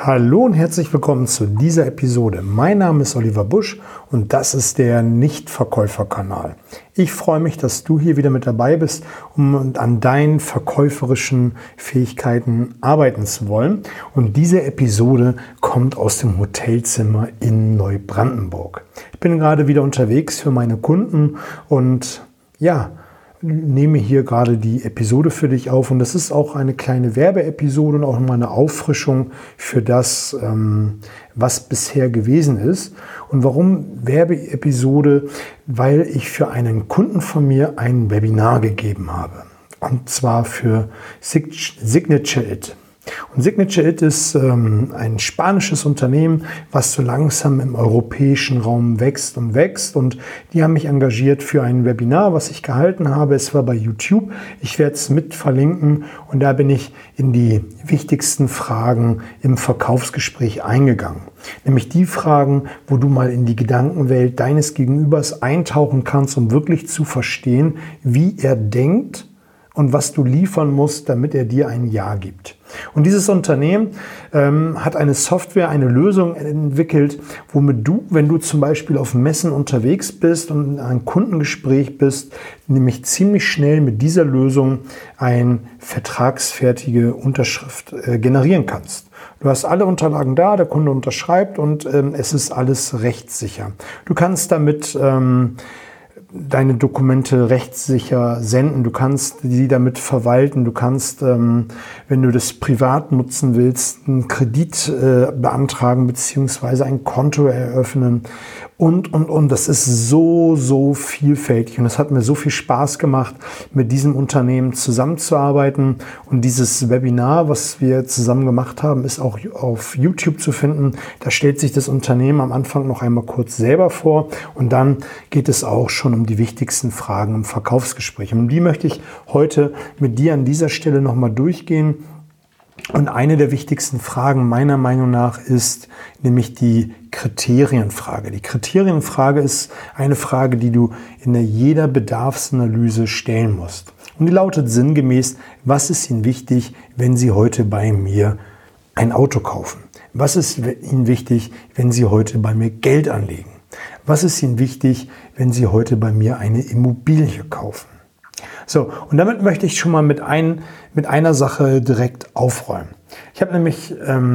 Hallo und herzlich willkommen zu dieser Episode. Mein Name ist Oliver Busch und das ist der Nichtverkäufer-Kanal. Ich freue mich, dass du hier wieder mit dabei bist, um an deinen verkäuferischen Fähigkeiten arbeiten zu wollen. Und diese Episode kommt aus dem Hotelzimmer in Neubrandenburg. Ich bin gerade wieder unterwegs für meine Kunden und nehme hier gerade die Episode für dich auf, und das ist auch eine kleine Werbeepisode und auch mal eine Auffrischung für das, was bisher gewesen ist. Und warum Werbeepisode? Weil ich für einen Kunden von mir ein Webinar gegeben habe, und zwar für Signature It. Und Signature It ist ein spanisches Unternehmen, was so langsam im europäischen Raum wächst. Und die haben mich engagiert für ein Webinar, was ich gehalten habe. Es war bei YouTube. Ich werde es mit verlinken, und da bin ich in die wichtigsten Fragen im Verkaufsgespräch eingegangen. Nämlich die Fragen, wo du mal in die Gedankenwelt deines Gegenübers eintauchen kannst, um wirklich zu verstehen, wie er denkt und was du liefern musst, damit er dir ein Ja gibt. Und dieses Unternehmen hat eine Software, eine Lösung entwickelt, womit du, wenn du zum Beispiel auf Messen unterwegs bist und in einem Kundengespräch bist, nämlich ziemlich schnell mit dieser Lösung eine vertragsfertige Unterschrift generieren kannst. Du hast alle Unterlagen da, der Kunde unterschreibt, und es ist alles rechtssicher. Du kannst damit deine Dokumente rechtssicher senden, du kannst sie damit verwalten, du kannst, wenn du das privat nutzen willst, einen Kredit beantragen bzw. ein Konto eröffnen und. Das ist so vielfältig, und es hat mir so viel Spaß gemacht, mit diesem Unternehmen zusammenzuarbeiten. Und dieses Webinar, was wir zusammen gemacht haben, ist auch auf YouTube zu finden. Da stellt sich das Unternehmen am Anfang noch einmal kurz selber vor, und dann geht es auch schon um die wichtigsten Fragen im Verkaufsgespräch. Und die möchte ich heute mit dir an dieser Stelle nochmal durchgehen. Und eine der wichtigsten Fragen meiner Meinung nach ist nämlich die Kriterienfrage. Die Kriterienfrage ist eine Frage, die du in jeder Bedarfsanalyse stellen musst. Und die lautet sinngemäß: Was ist Ihnen wichtig, wenn Sie heute bei mir ein Auto kaufen? Was ist Ihnen wichtig, wenn Sie heute bei mir Geld anlegen? Was ist Ihnen wichtig, wenn Sie heute bei mir eine Immobilie kaufen? So, und damit möchte ich schon mal mit einer Sache direkt aufräumen. Ich habe nämlich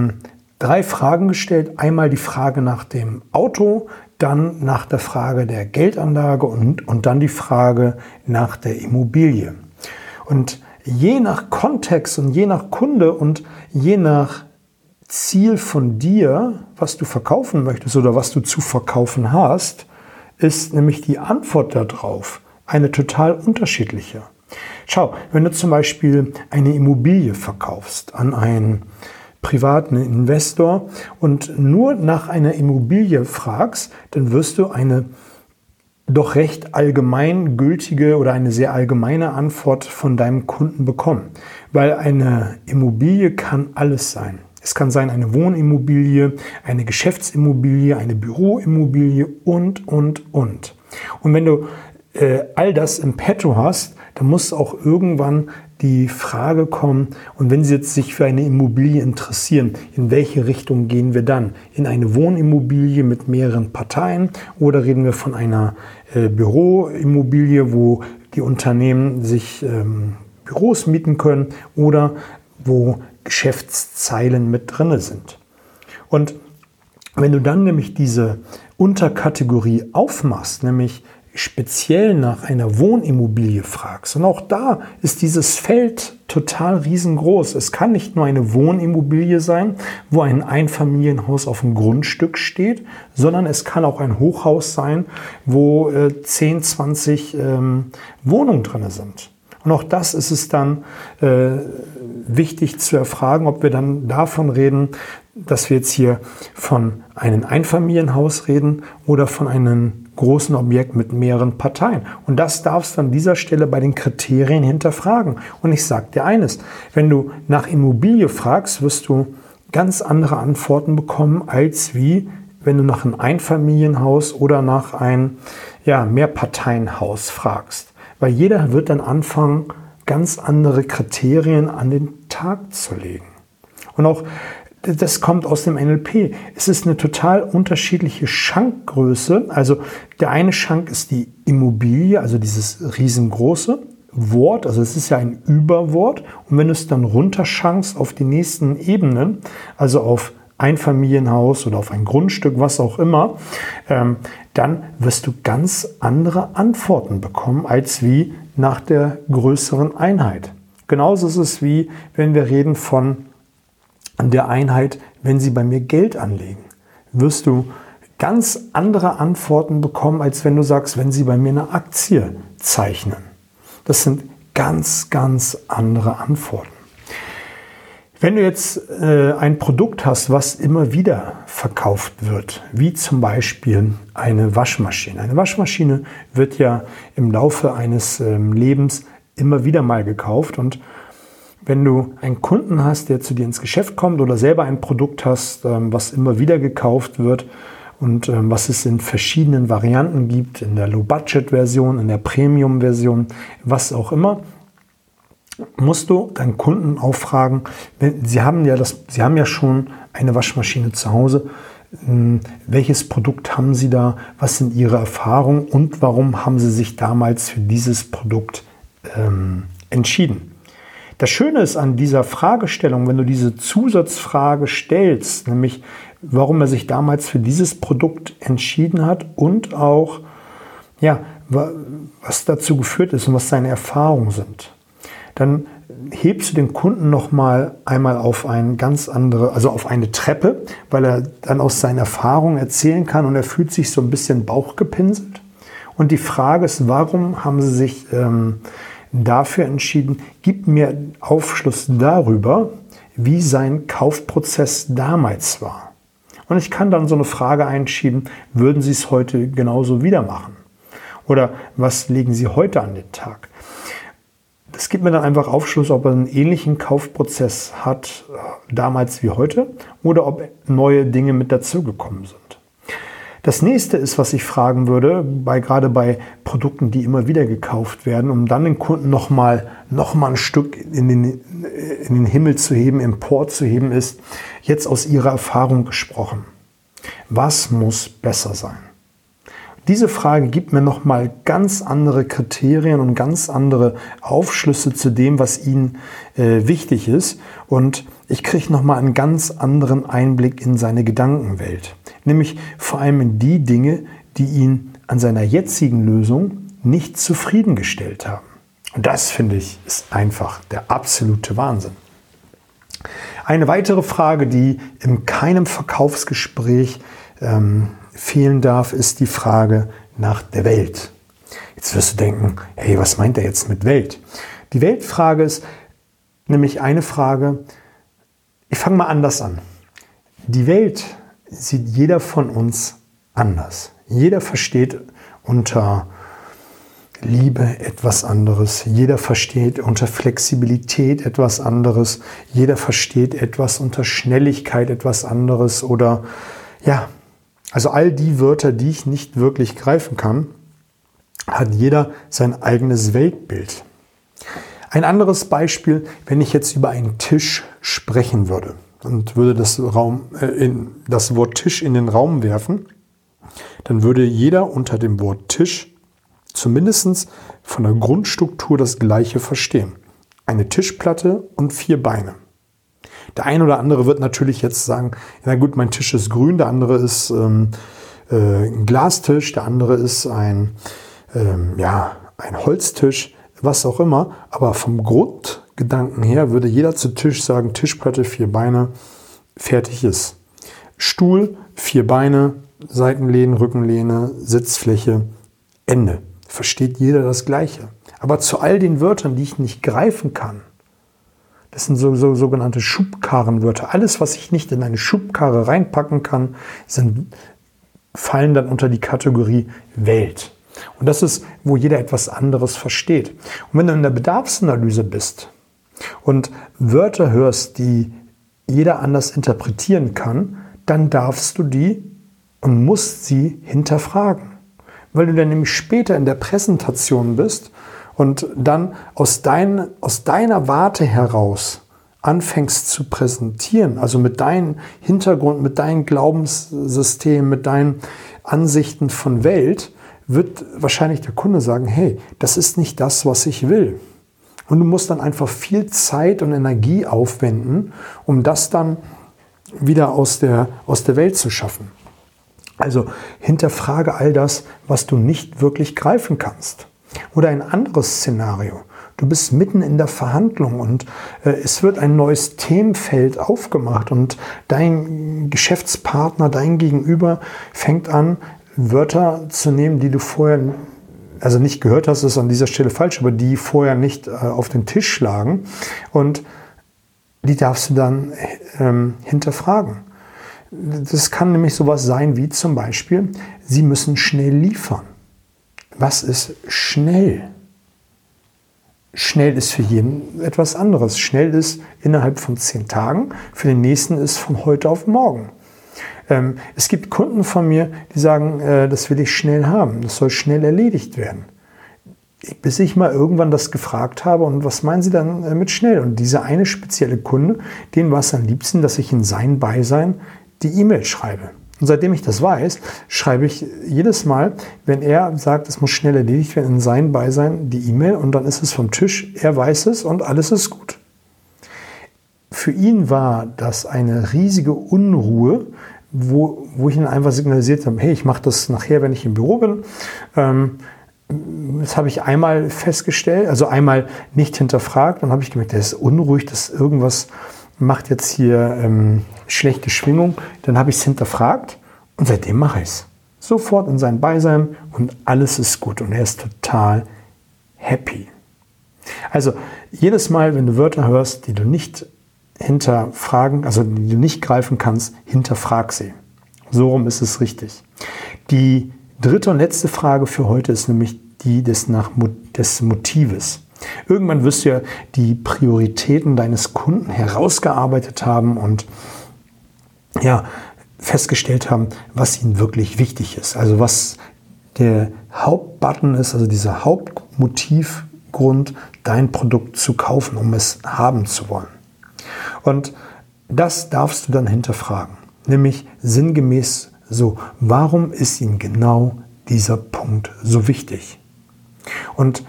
3 Fragen gestellt. Einmal die Frage nach dem Auto, dann nach der Frage der Geldanlage und dann die Frage nach der Immobilie. Und je nach Kontext und je nach Kunde und je nach Ziel von dir, was du verkaufen möchtest oder was du zu verkaufen hast, ist nämlich die Antwort darauf eine total unterschiedliche. Schau, wenn du zum Beispiel eine Immobilie verkaufst an einen privaten Investor und nur nach einer Immobilie fragst, dann wirst du eine doch recht allgemeingültige oder eine sehr allgemeine Antwort von deinem Kunden bekommen. Weil eine Immobilie kann alles sein. Es kann sein eine Wohnimmobilie, eine Geschäftsimmobilie, eine Büroimmobilie und. Und wenn du all das im Petto hast, dann muss auch irgendwann die Frage kommen, und wenn Sie jetzt sich für eine Immobilie interessieren, in welche Richtung gehen wir dann? In eine Wohnimmobilie mit mehreren Parteien, oder reden wir von einer Büroimmobilie, wo die Unternehmen sich Büros mieten können oder wo Geschäftszeilen mit drinne sind? Und wenn du dann nämlich diese Unterkategorie aufmachst, nämlich speziell nach einer Wohnimmobilie fragst, und auch da ist dieses Feld total riesengroß. Es kann nicht nur eine Wohnimmobilie sein, wo ein Einfamilienhaus auf dem Grundstück steht, sondern es kann auch ein Hochhaus sein, wo 10, 20 Wohnungen drin sind. Und auch das ist es dann wichtig zu erfragen, ob wir dann davon reden, dass wir jetzt hier von einem Einfamilienhaus reden oder von einem großen Objekt mit mehreren Parteien. Und das darfst du an dieser Stelle bei den Kriterien hinterfragen. Und ich sage dir eines: Wenn du nach Immobilie fragst, wirst du ganz andere Antworten bekommen, als wenn du nach einem Einfamilienhaus oder nach einem Mehrparteienhaus fragst. Weil jeder wird dann anfangen, ganz andere Kriterien an den Tag zu legen. Und auch Das kommt aus dem NLP. Es ist eine total unterschiedliche Schankgröße. Also der eine Schank ist die Immobilie, also dieses riesengroße Wort. Also es ist ja ein Überwort. Und wenn du es dann runterschankst auf die nächsten Ebenen, also auf Einfamilienhaus oder auf ein Grundstück, was auch immer, dann wirst du ganz andere Antworten bekommen, als wie nach der größeren Einheit. Genauso ist es wie, wenn wir reden von der Einheit, wenn Sie bei mir Geld anlegen, wirst du ganz andere Antworten bekommen, als wenn du sagst, wenn Sie bei mir eine Aktie zeichnen. Das sind ganz, ganz andere Antworten. Wenn du jetzt ein Produkt hast, was immer wieder verkauft wird, wie zum Beispiel eine Waschmaschine. Eine Waschmaschine wird ja im Laufe eines Lebens immer wieder mal gekauft, und wenn du einen Kunden hast, der zu dir ins Geschäft kommt oder selber ein Produkt hast, was immer wieder gekauft wird und was es in verschiedenen Varianten gibt, in der Low-Budget-Version, in der Premium-Version, was auch immer, musst du deinen Kunden auch fragen, Sie haben ja schon eine Waschmaschine zu Hause, welches Produkt haben Sie da, was sind Ihre Erfahrungen und warum haben Sie sich damals für dieses Produkt entschieden? Das Schöne ist an dieser Fragestellung, wenn du diese Zusatzfrage stellst, nämlich warum er sich damals für dieses Produkt entschieden hat und auch, ja, was dazu geführt ist und was seine Erfahrungen sind, dann hebst du den Kunden einmal auf auf eine Treppe, weil er dann aus seinen Erfahrungen erzählen kann und er fühlt sich so ein bisschen bauchgepinselt. Und die Frage ist, warum haben Sie sich dafür entschieden? Gib mir Aufschluss darüber, wie sein Kaufprozess damals war. Und ich kann dann so eine Frage einschieben, würden Sie es heute genauso wieder machen? Oder was legen Sie heute an den Tag? Das gibt mir dann einfach Aufschluss, ob er einen ähnlichen Kaufprozess hat damals wie heute oder ob neue Dinge mit dazugekommen sind. Das nächste ist, was ich fragen würde, gerade bei Produkten, die immer wieder gekauft werden, um dann den Kunden noch mal ein Stück in den Himmel zu heben, emporzuheben, ist, jetzt aus Ihrer Erfahrung gesprochen. Was muss besser sein? Diese Frage gibt mir noch mal ganz andere Kriterien und ganz andere Aufschlüsse zu dem, was Ihnen wichtig ist. Und ich kriege noch mal einen ganz anderen Einblick in seine Gedankenwelt. Nämlich vor allem in die Dinge, die ihn an seiner jetzigen Lösung nicht zufriedengestellt haben. Und das, finde ich, ist einfach der absolute Wahnsinn. Eine weitere Frage, die in keinem Verkaufsgespräch fehlen darf, ist die Frage nach der Welt. Jetzt wirst du denken, hey, was meint er jetzt mit Welt? Die Weltfrage ist nämlich eine Frage, ich fange mal anders an. Die Welt sieht jeder von uns anders. Jeder versteht unter Liebe etwas anderes. Jeder versteht unter Flexibilität etwas anderes. Jeder versteht etwas unter Schnelligkeit etwas anderes oder ja, also all die Wörter, die ich nicht wirklich greifen kann, hat jeder sein eigenes Weltbild. Ein anderes Beispiel, wenn ich jetzt über einen Tisch sprechen würde und würde das Wort Tisch in den Raum werfen, dann würde jeder unter dem Wort Tisch zumindest von der Grundstruktur das Gleiche verstehen. Eine Tischplatte und 4 Beine. Der eine oder andere wird natürlich jetzt sagen, na gut, mein Tisch ist grün, der andere ist ein Glastisch, der andere ist ein Holztisch, was auch immer. Aber vom Grundgedanken her würde jeder zu Tisch sagen, Tischplatte, 4 Beine, fertig ist. Stuhl, 4 Beine, Seitenlehnen, Rückenlehne, Sitzfläche, Ende. Versteht jeder das Gleiche. Aber zu all den Wörtern, die ich nicht greifen kann, das sind so sogenannte Schubkarrenwörter. Alles, was ich nicht in eine Schubkarre reinpacken kann, fallen dann unter die Kategorie Welt. Und das ist, wo jeder etwas anderes versteht. Und wenn du in der Bedarfsanalyse bist und Wörter hörst, die jeder anders interpretieren kann, dann darfst du die und musst sie hinterfragen. Weil du dann nämlich später in der Präsentation bist und dann aus deiner Warte heraus anfängst zu präsentieren, also mit deinem Hintergrund, mit deinem Glaubenssystem, mit deinen Ansichten von Welt, wird wahrscheinlich der Kunde sagen, hey, das ist nicht das, was ich will. Und du musst dann einfach viel Zeit und Energie aufwenden, um das dann wieder aus der Welt zu schaffen. Also hinterfrage all das, was du nicht wirklich greifen kannst. Oder ein anderes Szenario. Du bist mitten in der Verhandlung und es wird ein neues Themenfeld aufgemacht und dein Geschäftspartner, dein Gegenüber fängt an, Wörter zu nehmen, die du vorher, also nicht gehört hast, ist an dieser Stelle falsch, aber die vorher nicht auf den Tisch schlagen und die darfst du dann hinterfragen. Das kann nämlich sowas sein wie zum Beispiel, sie müssen schnell liefern. Was ist schnell? Schnell ist für jeden etwas anderes. Schnell ist innerhalb von 10 Tagen, für den nächsten ist von heute auf morgen. Es gibt Kunden von mir, die sagen, das will ich schnell haben, das soll schnell erledigt werden. Bis ich mal irgendwann das gefragt habe, und was meinen Sie dann mit schnell? Und dieser eine spezielle Kunde, dem war es am liebsten, dass ich in sein Beisein die E-Mail schreibe. Und seitdem ich das weiß, schreibe ich jedes Mal, wenn er sagt, es muss schnell erledigt werden, in sein Beisein die E-Mail und dann ist es vom Tisch, er weiß es und alles ist gut. Für ihn war das eine riesige Unruhe, wo ich ihn einfach signalisiert habe, hey, ich mache das nachher, wenn ich im Büro bin. Das habe ich einmal festgestellt, also einmal nicht hinterfragt, dann habe ich gemerkt, der ist unruhig, dass irgendwas macht jetzt hier schlechte Schwingung. Dann habe ich es hinterfragt und seitdem mache ich es. Sofort in sein Beisein und alles ist gut und er ist total happy. Also jedes Mal, wenn du Wörter hörst, die du nicht hinterfragen, also die du nicht greifen kannst, hinterfrag sie. So rum ist es richtig. Die dritte und letzte Frage für heute ist nämlich die des Motives. Irgendwann wirst du ja die Prioritäten deines Kunden herausgearbeitet haben und ja, festgestellt haben, was ihnen wirklich wichtig ist. Also was der Hauptbutton ist, also dieser Hauptmotivgrund, dein Produkt zu kaufen, um es haben zu wollen. Und das darfst du dann hinterfragen. Nämlich sinngemäß so, warum ist Ihnen genau dieser Punkt so wichtig? Und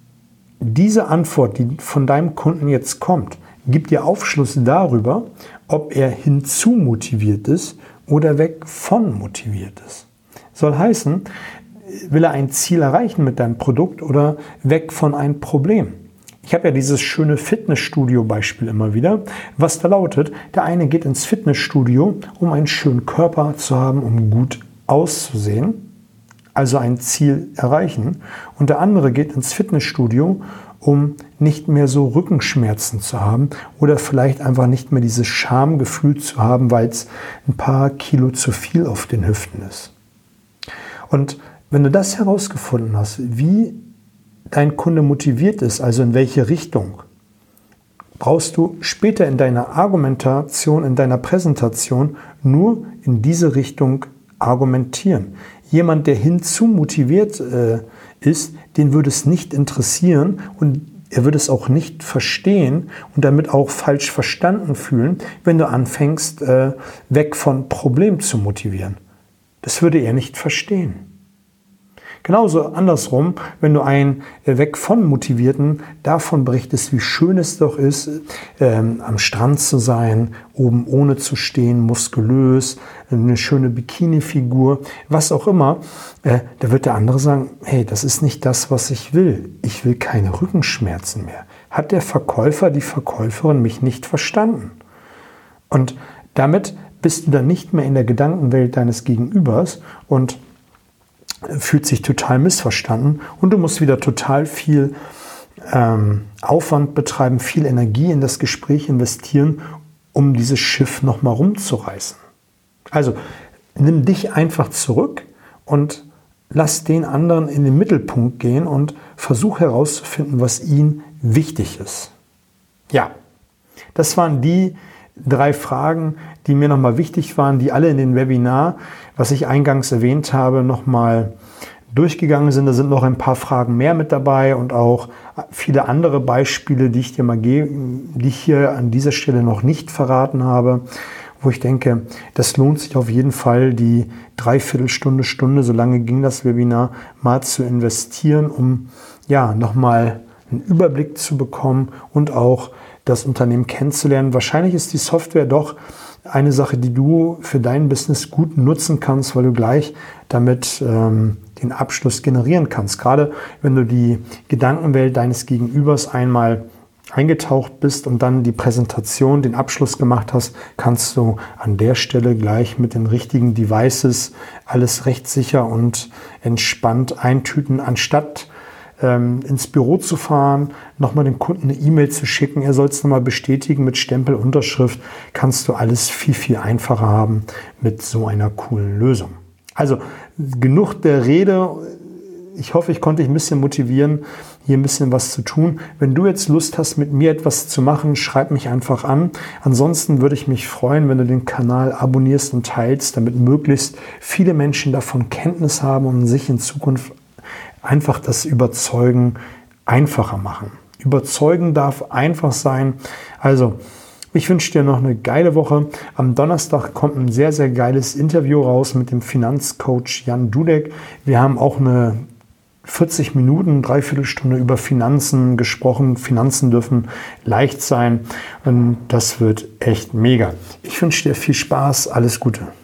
diese Antwort, die von deinem Kunden jetzt kommt, gibt dir Aufschluss darüber, ob er hinzumotiviert ist oder weg von motiviert ist. Soll heißen, will er ein Ziel erreichen mit deinem Produkt oder weg von einem Problem? Ich habe ja dieses schöne Fitnessstudio-Beispiel immer wieder, was da lautet, der eine geht ins Fitnessstudio, um einen schönen Körper zu haben, um gut auszusehen, also ein Ziel erreichen. Und der andere geht ins Fitnessstudio, um nicht mehr so Rückenschmerzen zu haben oder vielleicht einfach nicht mehr dieses Schamgefühl zu haben, weil es ein paar Kilo zu viel auf den Hüften ist. Und wenn du das herausgefunden hast, wie dein Kunde motiviert ist, also in welche Richtung, brauchst du später in deiner Argumentation, in deiner Präsentation nur in diese Richtung argumentieren. Jemand, der hinzu motiviert ist, den würde es nicht interessieren und er würde es auch nicht verstehen und damit auch falsch verstanden fühlen, wenn du anfängst, weg von Problem zu motivieren. Das würde er nicht verstehen. Genauso andersrum, wenn du einen weg von Motivierten davon berichtest, wie schön es doch ist, am Strand zu sein, oben ohne zu stehen, muskulös, eine schöne Bikini-Figur, was auch immer, da wird der andere sagen, hey, das ist nicht das, was ich will. Ich will keine Rückenschmerzen mehr. Hat der Verkäufer, die Verkäuferin mich nicht verstanden? Und damit bist du dann nicht mehr in der Gedankenwelt deines Gegenübers und fühlt sich total missverstanden und du musst wieder total viel Aufwand betreiben, viel Energie in das Gespräch investieren, um dieses Schiff nochmal rumzureißen. Also nimm dich einfach zurück und lass den anderen in den Mittelpunkt gehen und versuch herauszufinden, was ihm wichtig ist. Ja, das waren die 3 Fragen, die mir nochmal wichtig waren, die alle in dem Webinar, was ich eingangs erwähnt habe, nochmal durchgegangen sind. Da sind noch ein paar Fragen mehr mit dabei und auch viele andere Beispiele, die ich dir mal gebe, die ich hier an dieser Stelle noch nicht verraten habe, wo ich denke, das lohnt sich auf jeden Fall, die Dreiviertelstunde, so lange ging das Webinar, mal zu investieren, um ja nochmal einen Überblick zu bekommen und auch das Unternehmen kennenzulernen. Wahrscheinlich ist die Software doch eine Sache, die du für dein Business gut nutzen kannst, weil du gleich damit den Abschluss generieren kannst. Gerade wenn du die Gedankenwelt deines Gegenübers einmal eingetaucht bist und dann die Präsentation, den Abschluss gemacht hast, kannst du an der Stelle gleich mit den richtigen Devices alles recht sicher und entspannt eintüten, anstatt ins Büro zu fahren, nochmal dem Kunden eine E-Mail zu schicken, er soll es nochmal bestätigen mit Stempel, Unterschrift, kannst du alles viel, viel einfacher haben mit so einer coolen Lösung. Also genug der Rede. Ich hoffe, ich konnte dich ein bisschen motivieren, hier ein bisschen was zu tun. Wenn du jetzt Lust hast, mit mir etwas zu machen, schreib mich einfach an. Ansonsten würde ich mich freuen, wenn du den Kanal abonnierst und teilst, damit möglichst viele Menschen davon Kenntnis haben und sich in Zukunft einfach das Überzeugen einfacher machen. Überzeugen darf einfach sein. Also, ich wünsche dir noch eine geile Woche. Am Donnerstag kommt ein sehr, sehr geiles Interview raus mit dem Finanzcoach Jan Dudek. Wir haben auch eine 40 Minuten, Dreiviertelstunde über Finanzen gesprochen. Finanzen dürfen leicht sein und das wird echt mega. Ich wünsche dir viel Spaß, alles Gute.